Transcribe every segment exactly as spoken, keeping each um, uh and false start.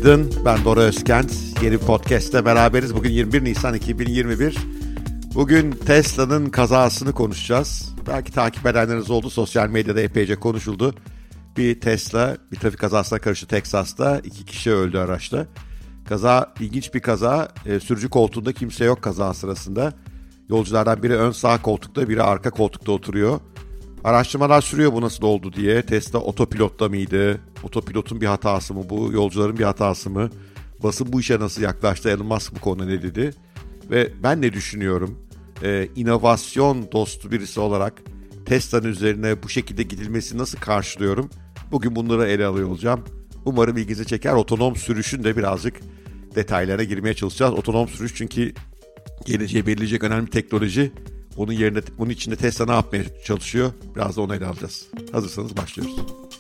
Günaydın, ben Dora Özkent. Yeni bir podcast'te beraberiz. Bugün yirmi bir Nisan iki bin yirmi bir. Bugün Tesla'nın kazasını konuşacağız. Belki takip edenleriniz oldu. Sosyal medyada epeyce konuşuldu. Bir Tesla bir trafik kazasına karıştı Teksas'ta. İki kişi öldü araçta. Kaza ilginç bir kaza. E, sürücü koltuğunda kimse yok kaza sırasında. Yolculardan biri ön sağ koltukta, biri arka koltukta oturuyor. Araştırmalar sürüyor bu nasıl oldu diye. Tesla otopilotta mıydı? Otopilotun bir hatası mı bu? Yolcuların bir hatası mı? Basın bu işe nasıl yaklaştı? Elon Musk bu konuda ne dedi? Ve ben ne düşünüyorum? Ee, inovasyon dostu birisi olarak Tesla'nın üzerine bu şekilde gidilmesi nasıl karşılıyorum? Bugün bunları ele alıyor olacağım. Umarım ilginizi çeker. Otonom sürüşün de birazcık detaylara girmeye çalışacağız. Otonom sürüş çünkü geleceği belirleyecek önemli bir teknoloji. Onun yerine, bunun içinde Tesla ne yapmaya çalışıyor? Biraz da onu ele alacağız. Hazırsanız başlıyoruz.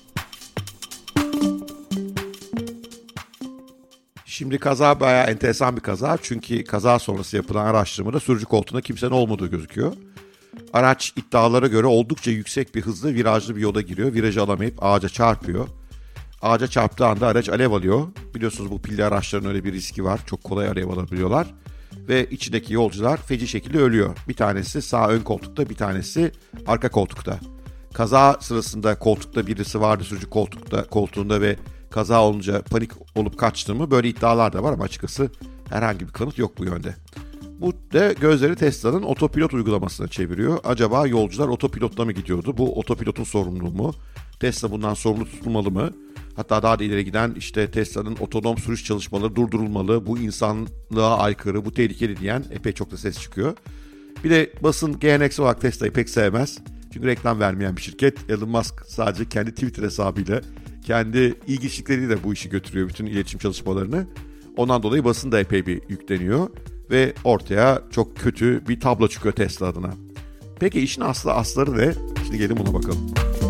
Şimdi kaza bayağı enteresan bir kaza. Çünkü kaza sonrası yapılan araştırmada sürücü koltuğunda kimsenin olmadığı gözüküyor. Araç iddialara göre oldukça yüksek bir hızla virajlı bir yola giriyor. Virajı alamayıp ağaca çarpıyor. Ağaca çarptığı anda araç alev alıyor. Biliyorsunuz bu pilli araçların öyle bir riski var. Çok kolay alev alabiliyorlar. Ve içindeki yolcular feci şekilde ölüyor. Bir tanesi sağ ön koltukta, bir tanesi arka koltukta. Kaza sırasında koltukta birisi vardı sürücü koltukta, koltuğunda ve kaza olunca panik olup kaçtı mı? Böyle iddialar da var ama açıkçası herhangi bir kanıt yok bu yönde. Bu da gözleri Tesla'nın otopilot uygulamasına çeviriyor. Acaba yolcular otopilotla mı gidiyordu? Bu otopilotun sorumluluğu mu? Tesla bundan sorumlu tutulmalı mı? Hatta daha da ileri giden işte Tesla'nın otonom sürüş çalışmaları durdurulmalı, bu insanlığa aykırı, bu tehlikeli diyen epey çok da ses çıkıyor. Bir de basın geleneksel olarak Tesla'yı pek sevmez. Çünkü reklam vermeyen bir şirket. Elon Musk sadece kendi Twitter hesabıyla, kendi ilginçlikleriyle bu işi götürüyor, bütün iletişim çalışmalarını. Ondan dolayı basın da epey bir yükleniyor ve ortaya çok kötü bir tablo çıkıyor Tesla adına. Peki işin aslı asları ne? Şimdi gelin buna bakalım.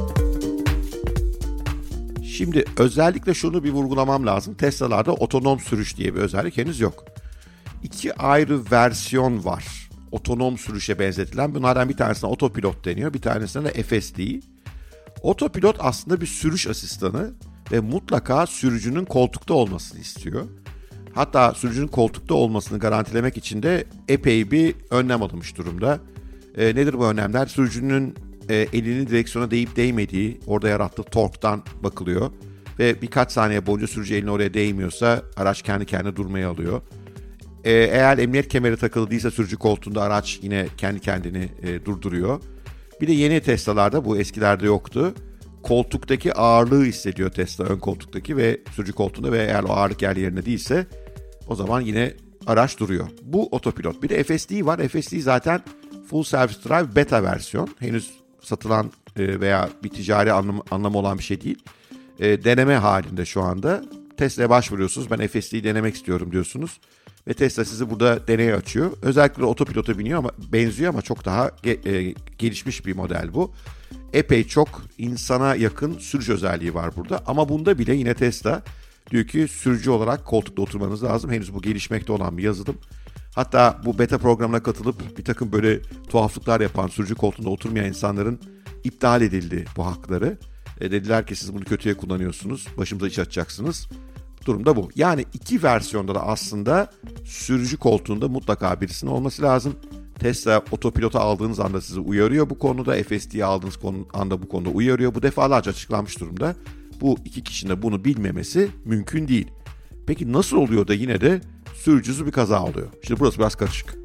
Şimdi özellikle şunu bir vurgulamam lazım. Tesla'larda otonom sürüş diye bir özellik henüz yok. İki ayrı versiyon var. Otonom sürüşe benzetilen. Bunlardan bir tanesine otopilot deniyor. Bir tanesine de F S D. Otopilot aslında bir sürüş asistanı ve mutlaka sürücünün koltukta olmasını istiyor. Hatta sürücünün koltukta olmasını garantilemek için de epey bir önlem alınmış durumda. E, nedir bu önlemler? Sürücünün e, elinin direksiyona değip değmediği, orada yarattığı torktan bakılıyor. Ve birkaç saniye boyunca sürücü elini oraya değmiyorsa araç kendi kendine durmaya alıyor. E, eğer emniyet kemeri takılı değilse sürücü koltuğunda araç yine kendi kendini e, durduruyor. Bir de yeni Tesla'larda, bu eskilerde yoktu, koltuktaki ağırlığı hissediyor Tesla, ön koltuktaki ve sürücü koltuğunda ve eğer o ağırlık yer yerine değilse o zaman yine araç duruyor. Bu otopilot. Bir de F S D var. F S D zaten Full Service Drive beta versiyon. Henüz satılan veya bir ticari anlam, anlamı olan bir şey değil. E, deneme halinde şu anda. Tesla'ya başvuruyorsunuz. Ben F S D'yi denemek istiyorum diyorsunuz. Ve Tesla sizi burada deneye açıyor. Özellikle otopilota biniyor ama benziyor ama çok daha ge, e, gelişmiş bir model bu. Epey çok insana yakın sürüş özelliği var burada. Ama bunda bile yine Tesla diyor ki sürücü olarak koltukta oturmanız lazım. Henüz bu gelişmekte olan bir yazılım. Hatta bu beta programına katılıp bir takım böyle tuhaflıklar yapan, sürücü koltuğunda oturmayan insanların iptal edildi bu hakları. E dediler ki siz bunu kötüye kullanıyorsunuz, başımıza iş açacaksınız. Durumda bu. Yani iki versiyonda da aslında sürücü koltuğunda mutlaka birisinin olması lazım. Tesla otopilota aldığınız anda sizi uyarıyor bu konuda. F S D'yi aldığınız anda bu konuda uyarıyor. Bu defalarca açıklanmış durumda. Bu iki kişinin de bunu bilmemesi mümkün değil. Peki nasıl oluyor da yine de sürücüsüz bir kaza oluyor? Şimdi burası biraz karışık.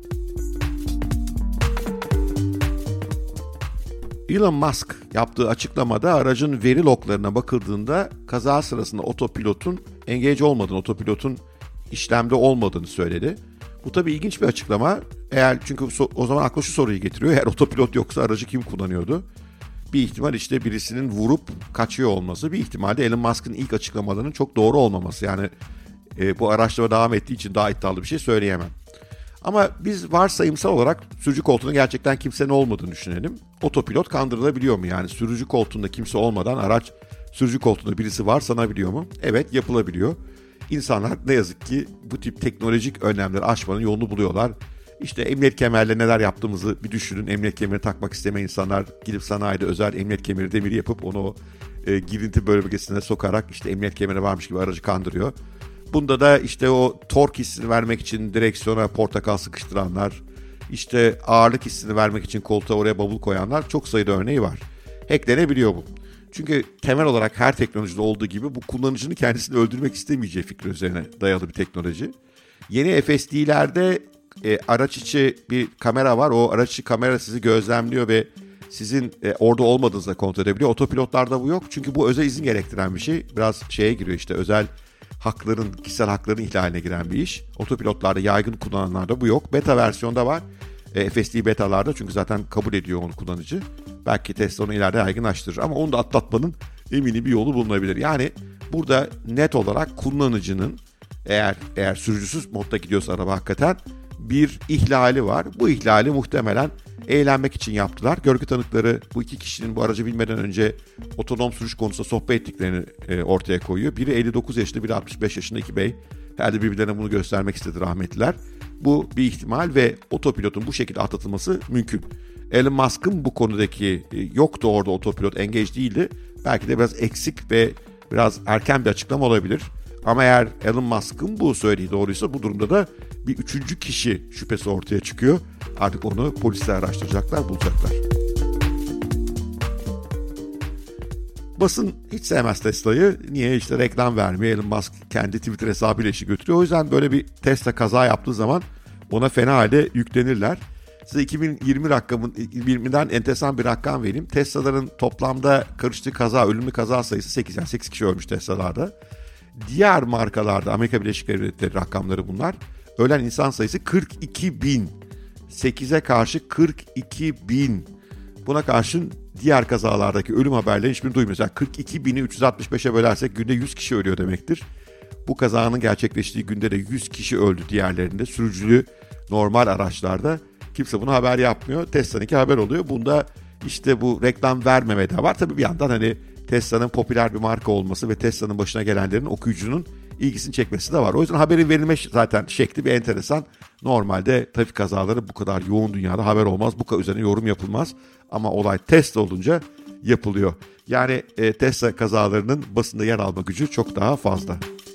Elon Musk yaptığı açıklamada aracın veri loglarına bakıldığında kaza sırasında otopilotun engage olmadığını, otopilotun işlemde olmadığını söyledi. Bu tabii ilginç bir açıklama. Eğer çünkü o zaman akla şu soruyu getiriyor. Eğer otopilot yoksa aracı kim kullanıyordu? Bir ihtimal işte birisinin vurup kaçıyor olması. Bir ihtimal de Elon Musk'ın ilk açıklamalarının çok doğru olmaması. Yani e, bu araştırma devam ettiği için daha iddialı bir şey söyleyemem. Ama biz varsayımsal olarak sürücü koltuğunda gerçekten kimsenin olmadığını düşünelim. Otopilot kandırılabiliyor mu? Yani sürücü koltuğunda kimse olmadan araç sürücü koltuğunda birisi var sanabiliyor mu? Evet, yapılabiliyor. İnsanlar ne yazık ki bu tip teknolojik önlemleri aşmanın yolunu buluyorlar. İşte emniyet kemerle neler yaptığımızı bir düşünün. Emniyet kemeri takmak istemeyen insanlar gidip sanayide özel emniyet kemeri demiri yapıp onu e, girinti bölgesine sokarak işte emniyet kemeri varmış gibi aracı kandırıyor. Bunda da işte o tork hissini vermek için direksiyona portakal sıkıştıranlar, işte ağırlık hissini vermek için koltuğa oraya bavul koyanlar çok sayıda örneği var. Hacklenebiliyor bu. Çünkü temel olarak her teknolojide olduğu gibi bu kullanıcının kendisini öldürmek istemeyeceği fikri üzerine dayalı bir teknoloji. Yeni F S D'lerde e, araç içi bir kamera var. O araç içi kamera sizi gözlemliyor ve sizin e, orada olmadığınızda kontrol edebiliyor. Otopilotlarda bu yok. Çünkü bu özel izin gerektiren bir şey. Biraz şeye giriyor işte, özel hakların, kişisel hakların ihlaline giren bir iş. Otopilotlarda, yaygın kullananlarda bu yok. Beta versiyonda var. E, F S D betalarda, çünkü zaten kabul ediyor onu kullanıcı. Belki Tesla onu ileride yaygınlaştırır ama onu da atlatmanın eminim bir yolu bulunabilir. Yani burada net olarak kullanıcının eğer eğer sürücüsüz modda gidiyorsa araba hakikaten bir ihlali var. Bu ihlali muhtemelen eğlenmek için yaptılar. Görgü tanıkları bu iki kişinin bu aracı bilmeden önce otonom sürüş konusunda sohbet ettiklerini e, ortaya koyuyor. Biri elli dokuz yaşında, biri altmış beş yaşında iki bey. Herhalde birbirlerine bunu göstermek istedi rahmetliler. Bu bir ihtimal ve otopilotun bu şekilde atlatılması mümkün. Elon Musk'ın bu konudaki e, yoktu orada otopilot, engage değildi. Belki de biraz eksik ve biraz erken bir açıklama olabilir. Ama eğer Elon Musk'ın bu söylediği doğruysa bu durumda da bir üçüncü kişi şüphesi ortaya çıkıyor. Artık onu polisler araştıracaklar, bulacaklar. Basın hiç sevmez Tesla'yı. Niye? İşte reklam vermiyor. Elon Musk kendi Twitter hesabıyla işi götürüyor. O yüzden böyle bir Tesla kaza yaptığı zaman ona fena halde yüklenirler. Size iki bin yirmi rakamın, iki bin yirmiden enteresan bir rakam vereyim. Tesla'ların toplamda karıştığı kaza, ölümlü kaza sayısı sekiz. Yani sekiz kişi ölmüş Tesla'larda. Diğer markalarda, Amerika Birleşik Devletleri rakamları bunlar. Ölen insan sayısı kırk iki bin. sekize karşı kırk iki bin. Buna karşın diğer kazalardaki ölüm haberleri hiçbirini duymuyoruz. Yani kırk iki bini üç yüz altmış beşe bölersek günde yüz kişi ölüyor demektir. Bu kazanın gerçekleştiği günde de yüz kişi öldü diğerlerinde. Sürücülü normal araçlarda. Kimse bunu haber yapmıyor. Tesla'nınki haber oluyor. Bunda işte bu reklam vermeme de var. Tabii bir yandan hani Tesla'nın popüler bir marka olması ve Tesla'nın başına gelenlerin okuyucunun ilgisini çekmesi de var. O yüzden haberin verilme zaten şekli bir enteresan. Normalde trafik kazaları bu kadar yoğun dünyada haber olmaz. Bu kadar üzerine yorum yapılmaz. Ama olay Tesla olunca yapılıyor. Yani e, Tesla kazalarının basında yer alma gücü çok daha fazla.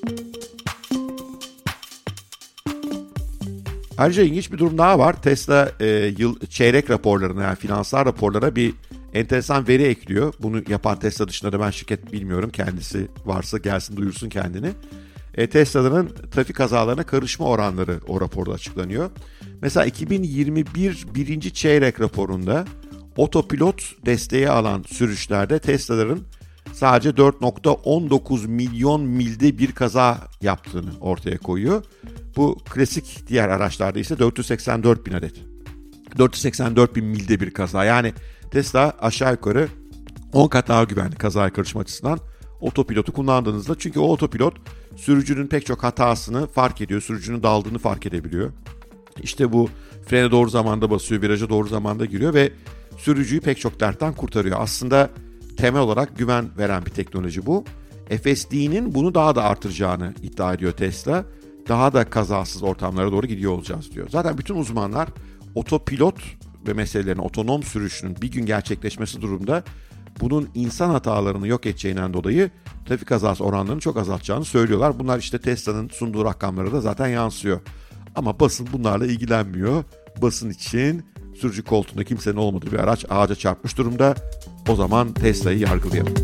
Ayrıca ilginç bir durum daha var. Tesla e, yıl çeyrek raporlarına, yani finansal raporlara bir enteresan veri ekliyor. Bunu yapan Tesla dışında da ben şirket bilmiyorum. Kendisi varsa gelsin duyursun kendini. E, Tesla'ların trafik kazalarına karışma oranları o raporda açıklanıyor. Mesela iki bin yirmi bir birinci çeyrek raporunda otopilot desteği alan sürüşlerde Tesla'ların sadece dört nokta on dokuz milyon milde bir kaza yaptığını ortaya koyuyor. Bu klasik diğer araçlarda ise dört yüz seksen dört bin adet. dört yüz seksen dört bin milde bir kaza. Yani Tesla aşağı yukarı on kat daha güvenli kazaya karışma açısından otopilotu kullandığınızda. Çünkü o otopilot sürücünün pek çok hatasını fark ediyor. Sürücünün daldığını fark edebiliyor. İşte bu frene doğru zamanda basıyor, viraja doğru zamanda giriyor ve sürücüyü pek çok dertten kurtarıyor. Aslında temel olarak güven veren bir teknoloji bu. F S D'nin bunu daha da artıracağını iddia ediyor Tesla. Daha da kazasız ortamlara doğru gidiyor olacağız diyor. Zaten bütün uzmanlar otopilot ve meselelerin, otonom sürüşünün bir gün gerçekleşmesi durumda bunun insan hatalarını yok edeceğinden dolayı trafik kazası oranlarını çok azaltacağını söylüyorlar. Bunlar işte Tesla'nın sunduğu rakamlara da zaten yansıyor. Ama basın bunlarla ilgilenmiyor. Basın için sürücü koltuğunda kimsenin olmadığı bir araç ağaca çarpmış durumda. O zaman Tesla'yı yargılayalım.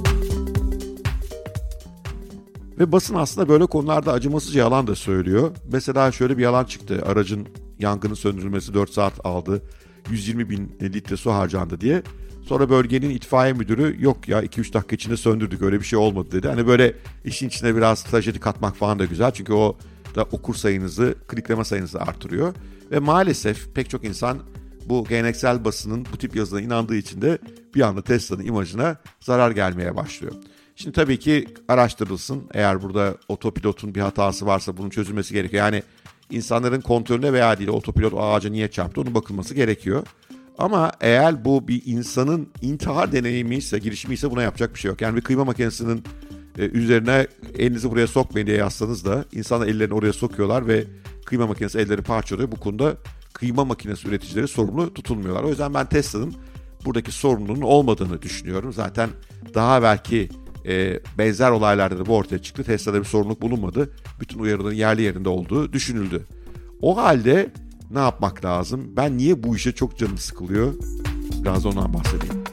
Ve basın aslında böyle konularda acımasızca yalan da söylüyor. Mesela şöyle bir yalan çıktı. Aracın yangının söndürülmesi dört saat aldı. yüz yirmi bin litre su harcandı diye. Sonra bölgenin itfaiye müdürü yok ya iki üç dakika içinde söndürdük, öyle bir şey olmadı dedi. Hani böyle işin içine biraz trajedi katmak falan da güzel. Çünkü o da okur sayınızı, klikleme sayınızı artırıyor. Ve maalesef pek çok insan bu geleneksel basının bu tip yazılarına inandığı için de bir anda Tesla'nın imajına zarar gelmeye başlıyor. Şimdi tabii ki araştırılsın. Eğer burada otopilotun bir hatası varsa bunun çözülmesi gerekiyor. Yani insanların kontrolüne veya değil otopilot o ağaca niye çarptı onun bakılması gerekiyor. Ama eğer bu bir insanın intihar deneyimi ise, girişimi ise buna yapacak bir şey yok. Yani bir kıyma makinesinin e, üzerine elinizi buraya sokmayın diye yazsanız da insanlar ellerini oraya sokuyorlar ve kıyma makinesi elleri parçalıyor. Bu konuda kıyma makinesi üreticileri sorumlu tutulmuyorlar. O yüzden ben Tesla'nın buradaki sorumluluğunun olmadığını düşünüyorum. Zaten daha belki e, benzer olaylarda da bu ortaya çıktı. Tesla'da bir sorunluk bulunmadı. Bütün uyarıların yerli yerinde olduğu düşünüldü. O halde ne yapmak lazım? Ben niye bu işe çok canım sıkılıyor? Biraz ondan bahsedeyim.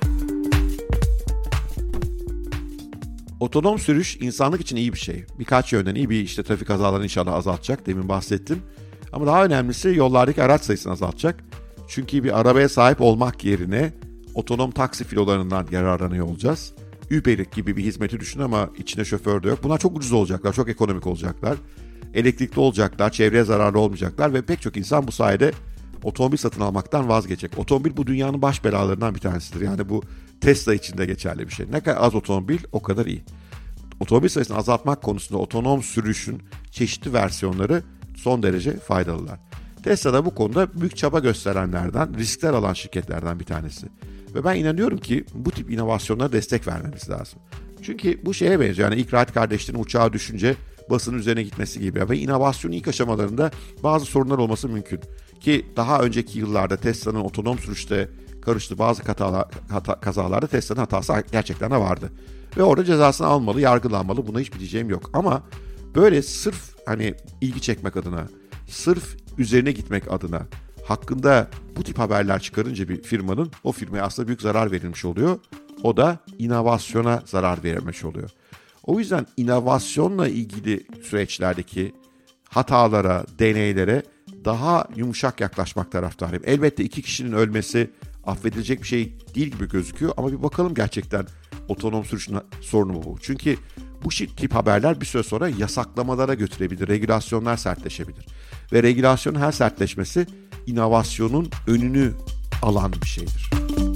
Otonom sürüş insanlık için iyi bir şey. Birkaç yönden iyi bir işte trafik kazalarını inşallah azaltacak. Demin bahsettim. Ama daha önemlisi yollardaki araç sayısını azaltacak. Çünkü bir arabaya sahip olmak yerine otonom taksi filolarından yararlanıyor olacağız. Uber gibi bir hizmeti düşün ama içinde şoför de yok. Bunlar çok ucuz olacaklar, çok ekonomik olacaklar. Elektrikli olacaklar, çevreye zararlı olmayacaklar ve pek çok insan bu sayede otomobil satın almaktan vazgeçecek. Otomobil bu dünyanın baş belalarından bir tanesidir. Yani bu Tesla için de geçerli bir şey. Ne kadar az otomobil o kadar iyi. Otomobil sayısını azaltmak konusunda otonom sürüşün çeşitli versiyonları son derece faydalılar. Tesla da bu konuda büyük çaba gösterenlerden, riskler alan şirketlerden bir tanesi. Ve ben inanıyorum ki bu tip inovasyonlara destek vermemiz lazım. Çünkü bu şeye benziyor. Yani ilk Wright kardeşlerin uçağa düşünce basının üzerine gitmesi gibi. Ve inovasyonun ilk aşamalarında bazı sorunlar olması mümkün. Ki daha önceki yıllarda Tesla'nın otonom sürüşte karıştığı bazı hatalar, hata, kazalarda Tesla'nın hatası gerçekten de vardı. Ve orada cezasını almalı, yargılanmalı. Buna hiçbir diyeceğim yok. Ama böyle sırf hani ilgi çekmek adına, sırf üzerine gitmek adına hakkında bu tip haberler çıkarınca bir firmanın o firmaya aslında büyük zarar verilmiş oluyor. O da inovasyona zarar verilmiş oluyor. O yüzden inovasyonla ilgili süreçlerdeki hatalara, deneylere daha yumuşak yaklaşmak taraftarıyım. Elbette iki kişinin ölmesi affedilecek bir şey değil gibi gözüküyor ama bir bakalım gerçekten otonom sürüşün sorunu mu bu? Çünkü bu tip haberler bir süre sonra yasaklamalara götürebilir, regülasyonlar sertleşebilir. Ve regülasyonun her sertleşmesi inovasyonun önünü alan bir şeydir.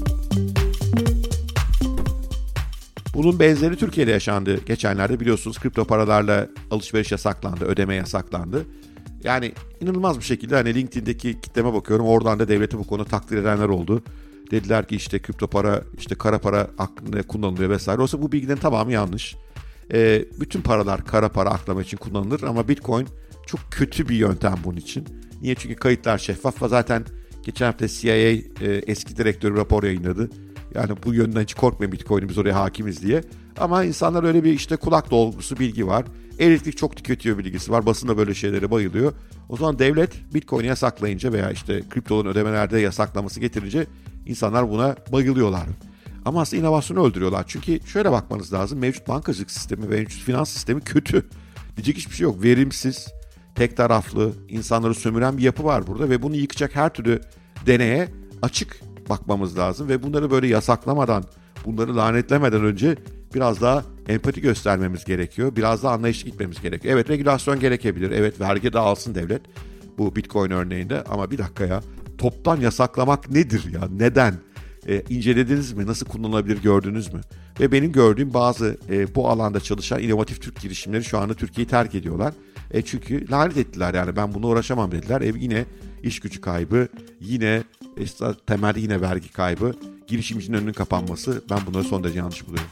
Bunun benzeri Türkiye'de yaşandı. Geçenlerde biliyorsunuz kripto paralarla alışveriş yasaklandı, ödeme yasaklandı. Yani inanılmaz bir şekilde hani LinkedIn'deki kitleme bakıyorum. Oradan da devleti bu konuda takdir edenler oldu. Dediler ki işte kripto para, işte kara para hakkında kullanılıyor vesaire. Oysa bu bilgilerin tamamı yanlış. Ee, bütün paralar kara para aklama için kullanılır ama Bitcoin çok kötü bir yöntem bunun için. Niye? Çünkü kayıtlar şeffaf ve zaten geçen hafta C I A e, eski direktörü rapor yayınladı. Yani bu yönden hiç korkmayın Bitcoin'i biz oraya hakimiz diye. Ama insanlar öyle bir işte kulak dolgusu bilgi var. Elektrik çok tüketiyor bilgisi var. Basında böyle şeylere bayılıyor. O zaman devlet Bitcoin'i yasaklayınca veya işte kriptoların ödemelerde yasaklaması getirince insanlar buna bayılıyorlar. Ama aslında inovasyonu öldürüyorlar. Çünkü şöyle bakmanız lazım. Mevcut bankacılık sistemi ve mevcut finans sistemi kötü. Diyecek hiçbir şey yok. Verimsiz, tek taraflı, insanları sömüren bir yapı var burada ve bunu yıkacak her türlü deneye açık bakmamız lazım ve bunları böyle yasaklamadan, bunları lanetlemeden önce biraz daha empati göstermemiz gerekiyor. Biraz daha anlayışlı gitmemiz gerekiyor. Evet, regülasyon gerekebilir. Evet, vergi de alsın devlet bu Bitcoin örneğinde ama bir dakika ya, toptan yasaklamak nedir ya? Neden? E, incelediniz mi? Nasıl kullanılabilir gördünüz mü? Ve benim gördüğüm bazı e, bu alanda çalışan inovatif Türk girişimleri şu anda Türkiye'yi terk ediyorlar. E, çünkü lanet ettiler yani ben bununla uğraşamam dediler. E, yine iş gücü kaybı, yine işte, temelde yine vergi kaybı, girişimcinin önünün kapanması. Ben bunları son derece yanlış buluyorum.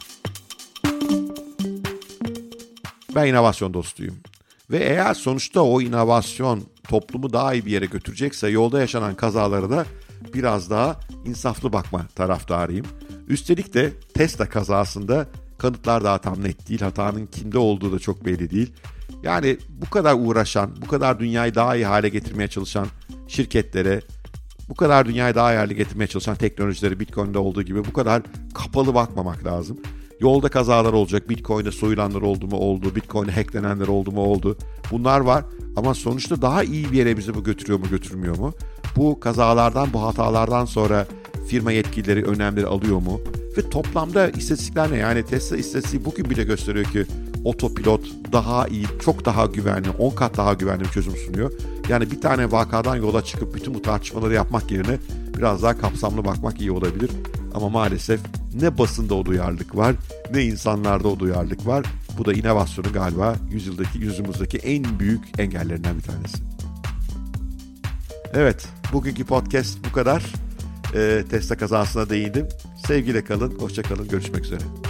Ben inovasyon dostuyum. Ve eğer sonuçta o inovasyon toplumu daha iyi bir yere götürecekse yolda yaşanan kazalara da biraz daha insaflı bakma taraftarıyım. Üstelik de Tesla kazasında kanıtlar daha tam net değil. Hatanın kimde olduğu da çok belli değil. Yani bu kadar uğraşan, bu kadar dünyayı daha iyi hale getirmeye çalışan şirketlere, bu kadar dünyayı daha iyi hale getirmeye çalışan teknolojilere Bitcoin'de olduğu gibi bu kadar kapalı bakmamak lazım. Yolda kazalar olacak, Bitcoin'de soyulanlar oldu mu oldu, Bitcoin'de hacklenenler oldu mu oldu. Bunlar var ama sonuçta daha iyi bir yere bizi bu götürüyor mu götürmüyor mu? Bu kazalardan, bu hatalardan sonra firma yetkilileri önlemleri alıyor mu? Ve toplamda istatistikler ne? Yani Tesla istatistiği bugün bile gösteriyor ki otopilot daha iyi, çok daha güvenli, on kat daha güvenli bir çözüm sunuyor. Yani bir tane vakadan yola çıkıp bütün bu tartışmaları yapmak yerine biraz daha kapsamlı bakmak iyi olabilir. Ama maalesef ne basında o duyarlılık var, ne insanlarda o duyarlılık var. Bu da inovasyonun galiba yüzyıldaki, yüzyılımızdaki en büyük engellerinden bir tanesi. Evet, bugünkü podcast bu kadar. Ee, Tesla kazasına değindim. Sevgiyle kalın, hoşça kalın, görüşmek üzere.